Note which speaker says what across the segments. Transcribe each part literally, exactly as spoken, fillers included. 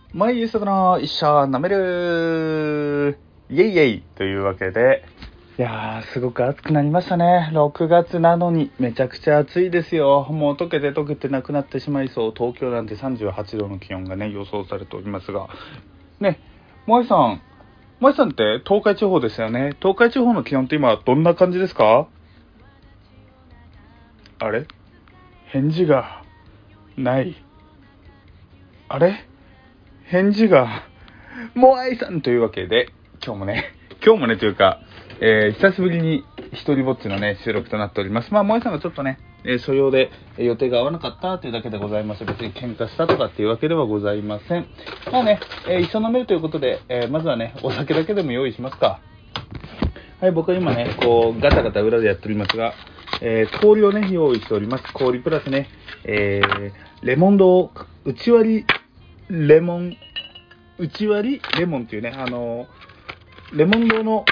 Speaker 1: 毎夕食の一緒舐めるイエイイエイというわけで、いやーすごく暑くなりましたね。ろくがつなのにめちゃくちゃ暑いですよ。もう溶けて溶けてなくなってしまいそう。東京なんてさんじゅうはちどの気温がね予想されておりますがね。萌さん萌さんって東海地方ですよね。東海地方の気温って今どんな感じですか？あれ返事がない。あれ返事がもう愛さんというわけで、今日もね今日もねというか、えー、久しぶりに一人ぼっちのね収録となっております。まあもえさんがちょっとね、えー、所用で予定が合わなかったというだけでございます。別に喧嘩したとかっていうわけではございません。まあね、えー、一緒飲めるということで、えー、まずはねお酒だけでも用意しますか。はい、僕は今ねこうガタガタ裏でやっておりますが、えー、氷をね用意しております。氷プラスね、えー、レモンド内割りレモン内割りレモンっていうね、あのレモン堂の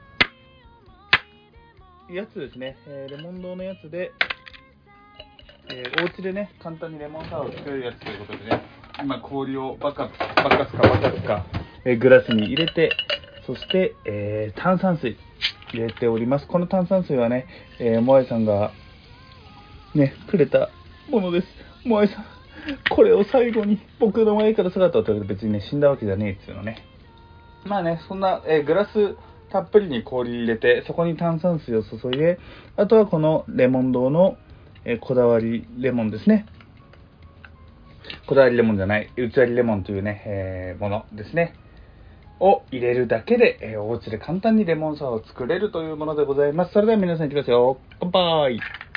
Speaker 1: やつですね、えー、レモン堂のやつで、えー、お家でね簡単にレモンサワーを作れるやつということでね、今氷をバカバカスカバカスカ、えー、グラスに入れて、そして、えー、炭酸水入れております。この炭酸水はね、えー、モアイさんがねくれたものです。モアイさん、これを最後に僕の前から姿を取ると、別にね死んだわけじゃねえっていうのね。まあね、そんな、えー、グラスたっぷりに氷入れて、そこに炭酸水を注いで、あとはこのレモン堂の、えー、こだわりレモンですね。こだわりレモンじゃない、内割りレモンというね、えー、ものですね。を入れるだけで、えー、お家で簡単にレモンサワーを作れるというものでございます。それでは皆さんいきますよ。乾杯。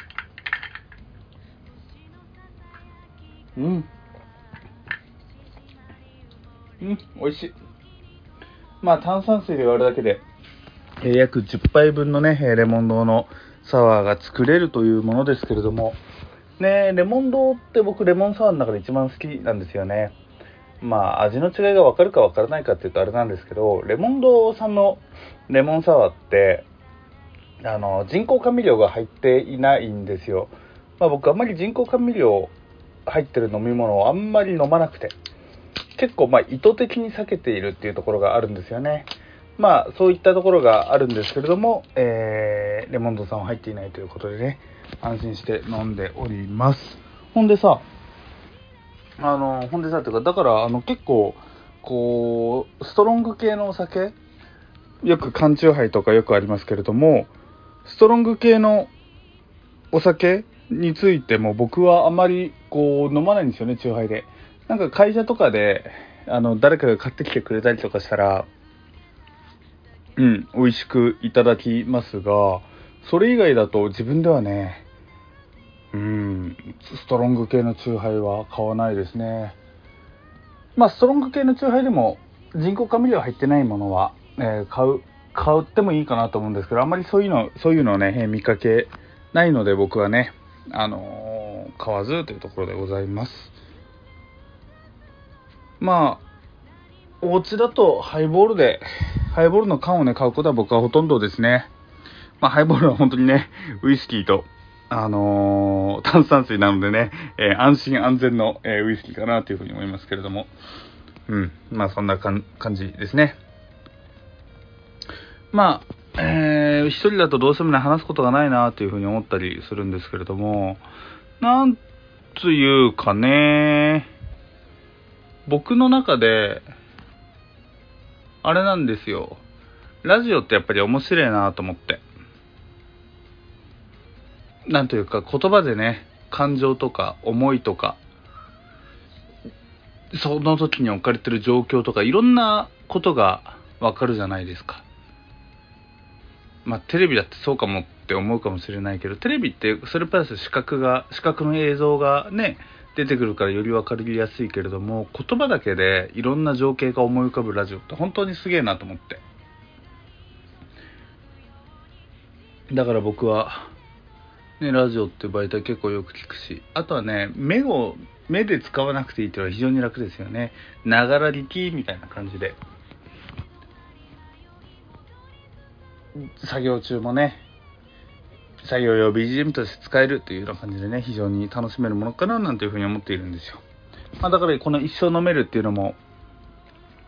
Speaker 1: うん。うん、美味しい。まあ炭酸水で割るだけで、えー、約じゅっぱいぶんのねレモン堂のサワーが作れるというものですけれどもね。レモン堂って僕レモンサワーの中で一番好きなんですよね。まあ味の違いが分かるか分からないかっていうとあれなんですけど、レモン堂さんのレモンサワーってあの人工甘味料が入っていないんですよ。まあ、僕あんまり人工甘味料入ってる飲み物をあんまり飲まなくて、結構まあ意図的に避けているっていうところがあるんですよね。まあそういったところがあるんですけれども、えー、レモンドさんは入っていないということでね、安心して飲んでおります。ほんでさあのほんでさというかだからあの結構こうストロング系のお酒、よく缶チューハイとかよくありますけれども、ストロング系のお酒についても僕はあまりこう飲まないんですよね、チューハイで。なんか会社とかであの誰かが買ってきてくれたりとかしたら、うん美味しくいただきますが、それ以外だと自分ではね、うんストロング系のチューハイは買わないですね。まあストロング系のチューハイでも人工甘味料入ってないものは、えー、買う買ってもいいかなと思うんですけど、あんまりそういうのそういうのをね見かけないので、僕はねあのー、買わずというところでございます。まあお家だとハイボールでハイボールの缶をね買うことは僕はほとんどですね。まあハイボールは本当にねウイスキーとあのー、炭酸水なのでね、えー、安心安全の、えー、ウイスキーかなというふうに思いますけれども、うんまあそんな感じですね。まあ、えー、一人だとどうしてもね話すことがないなというふうに思ったりするんですけれども、なんついうかね、僕の中であれなんですよ、ラジオってやっぱり面白いなと思って、なんというか言葉でね感情とか思いとかその時に置かれてる状況とかいろんなことがわかるじゃないですか。まあテレビだってそうかもって思うかもしれないけど、テレビってそれプラス視覚が視覚の映像がね出てくるからより分かりやすいけれども、言葉だけでいろんな情景が思い浮かぶラジオって本当にすげえなと思って、だから僕はねラジオって媒体結構よく聞くし、あとはね目を目で使わなくていいっていうのは非常に楽ですよね。ながら聞きみたいな感じで作業中もね作業用 ビージーエム として使えるというような感じでね、非常に楽しめるものかななんていうふうに思っているんですよ。まあ、だからこの一生飲めるっていうのも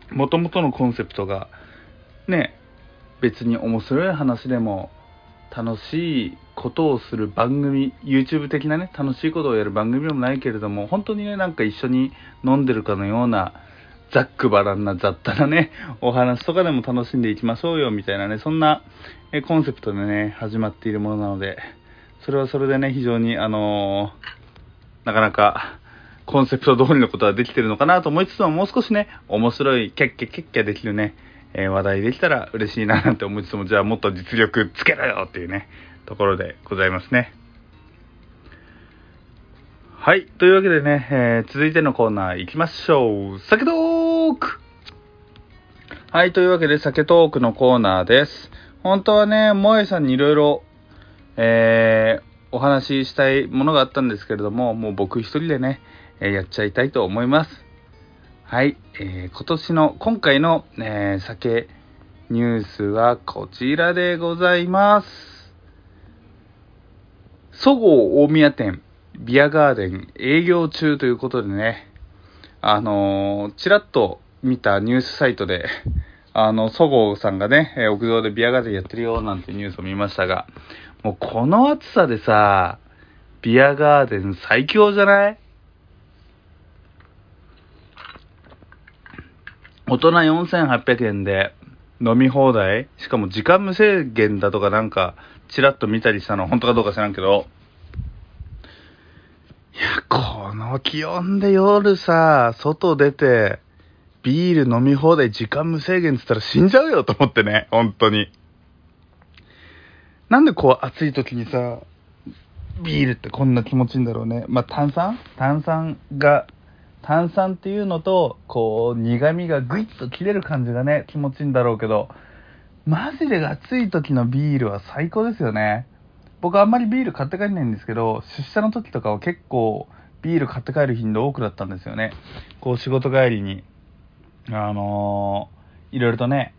Speaker 1: もともとのコンセプトがね、別に面白い話でも楽しいことをする番組、 YouTube 的なね楽しいことをやる番組でもないけれども、本当にねなんか一緒に飲んでるかのようなざっくばらんな雑多なねお話とかでも楽しんでいきましょうよみたいなね、そんなえコンセプトでね始まっているものなので、それはそれでね非常にあのー、なかなかコンセプト通りのことはできてるのかなと思いつつも、もう少しね面白いキャッキャキャッキャできるね、えー、話題できたら嬉しいななんて思いつつも、じゃあもっと実力つけろよっていうねところでございますね。はい、というわけでね、えー、続いてのコーナー行きましょう。酒トーク。はい、というわけで酒トークのコーナーです。本当はね萌えさんにいろいろえー、お話ししたいものがあったんですけれども、もう僕一人でね、えー、やっちゃいたいと思います。はい、えー、今年の今回の、えー、酒ニュースはこちらでございます。そごう大宮店ビアガーデン営業中ということでね、あのー、ちらっと見たニュースサイトであのそごうさんがね屋上でビアガーデンやってるよなんてニュースを見ましたが、もうこの暑さでさビアガーデン最強じゃない？大人よんせんはっぴゃくえんで飲み放題、しかも時間無制限だとかなんかちらっと見たりしたの本当かどうか知らんけど、いやこの気温で夜さ外出てビール飲み放題時間無制限って言ったら死んじゃうよと思ってね、本当に。なんでこう暑い時にさビールってこんな気持ちいいんだろうね。まあ炭酸炭酸が炭酸っていうのとこう苦味がグイッと切れる感じがね気持ちいいんだろうけど、マジで暑い時のビールは最高ですよね。僕あんまりビール買って帰れないんですけど、出社の時とかは結構ビール買って帰る頻度多くなったんですよね。こう仕事帰りにあのー、いろいろとね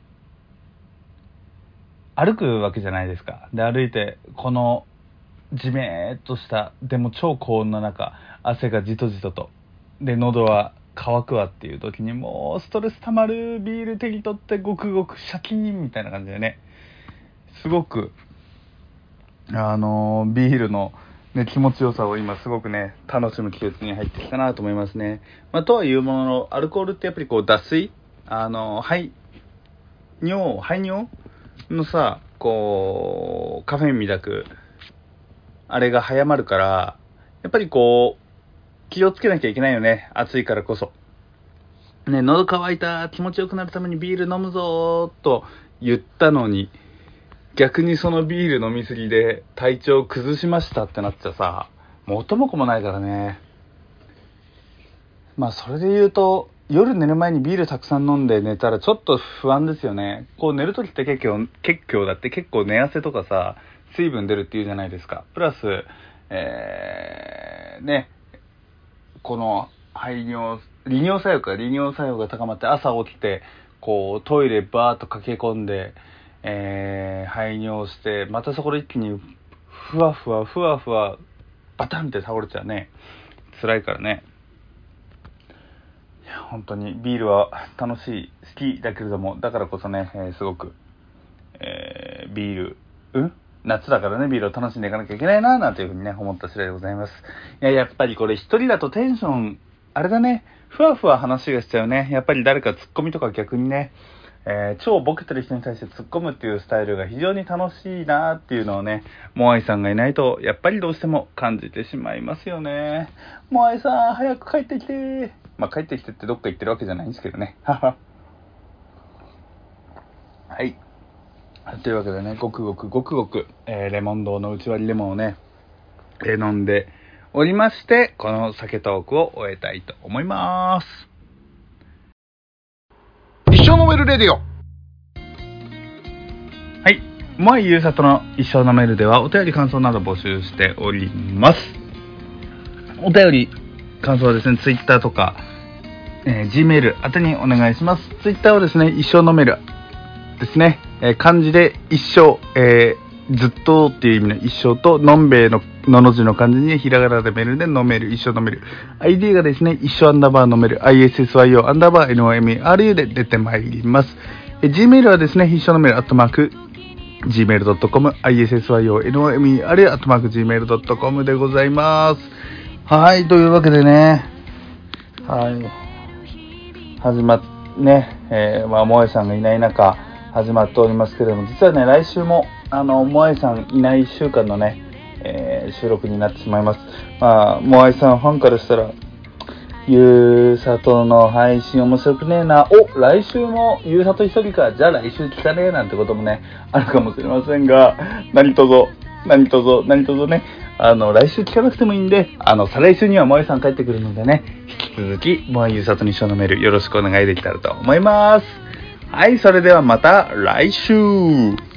Speaker 1: 歩くわけじゃないですか。で歩いてこのじめーっとしたでも超高温の中汗がじとじととで喉は乾くわっていう時にもうストレス溜まる、ビール手に取ってごくごくシャキーンみたいな感じでね、すごくあのー、ビールの、ね、気持ちよさを今すごくね楽しむ季節に入ってきたなと思いますね。まあ、とはいうもののアルコールってやっぱりこう脱水あのー、排尿排尿のさこうカフェインみたくあれが早まるから、やっぱりこう気をつけなきゃいけないよね、暑いからこそね。喉乾いた気持ちよくなるためにビール飲むぞーと言ったのに、逆にそのビール飲みすぎで体調崩しましたってなっちゃさ元も子もないからね。まあそれで言うと夜寝る前にビールたくさん飲んで寝たらちょっと不安ですよね。こう寝るときって結構結構だって結構寝汗とかさ水分出るっていうじゃないですか。プラスえー、ねこの排尿利尿作用か利尿作用が高まって朝起きてこうトイレバーッと駆け込んで、えー、排尿してまたそこで一気にふわふわふわふわバタンって倒れちゃうね、辛いからね。いや本当にビールは楽しい好きだけれども、だからこそね、えー、すごく、えー、ビールうん夏だからねビールを楽しんでいかなきゃいけないななんていうふうにね思った次第でございます。いややっぱりこれ一人だとテンションあれだね、ふわふわ話がしちゃうね。やっぱり誰かツッコミとか逆にね、えー、超ボケてる人に対して突っ込むっていうスタイルが非常に楽しいなっていうのをね、モアイさんがいないとやっぱりどうしても感じてしまいますよね。モアイさん早く帰ってきて。まあ帰ってきてってどっか行ってるわけじゃないんですけどね。はい。というわけでね、ごくごくごくごく、えー、レモン堂の内割りレモンをね、えー、飲んでおりまして、この酒トークを終えたいと思います。一生飲めるレディオ。はい、もあいゆうさとの一生飲めるではお便り感想など募集しております。お便り感想はですね、ツイッターとか、えー、Gmail 宛てにお願いします。ツイッターはですね、一生飲めるですね、えー、漢字で一生、えずっとっていう意味の一生と、のんべえののの字の漢字にひらがなでメールで飲める、一生飲める。アイディー がですね、一生アンダーバー飲める、アイエスエスワイオー アンダーバー エヌオーエムイーアールユー で出てまいります。え Gmail はですね、一生飲める、アットマーク、ジーメールドットコム、アイエスエスワイオーエヌオーエムイーアールユー アットマーク、ジーメールドットコム でございます。はい、というわけでね、はい、始まっ、ね、えー、まあ、萌えさんがいない中、始まっておりますけれども、実はね、来週も、あの、萌えさんいないいっしゅうかんのね、えー、収録になってしまいます。まあ、萌えさんファンからしたら、ゆうさとの配信面白くねえな。お、来週もゆうさと一人か。じゃあ来週聞かねえなんてこともね、あるかもしれませんが、何とぞ、何とぞ、何とぞね、あの、来週聞かなくてもいいんで、あの、再来週には萌えさん帰ってくるのでね、引き続き、萌えゆうさとに一緒のメールよろしくお願いできたらと思います。はい、それではまた来週。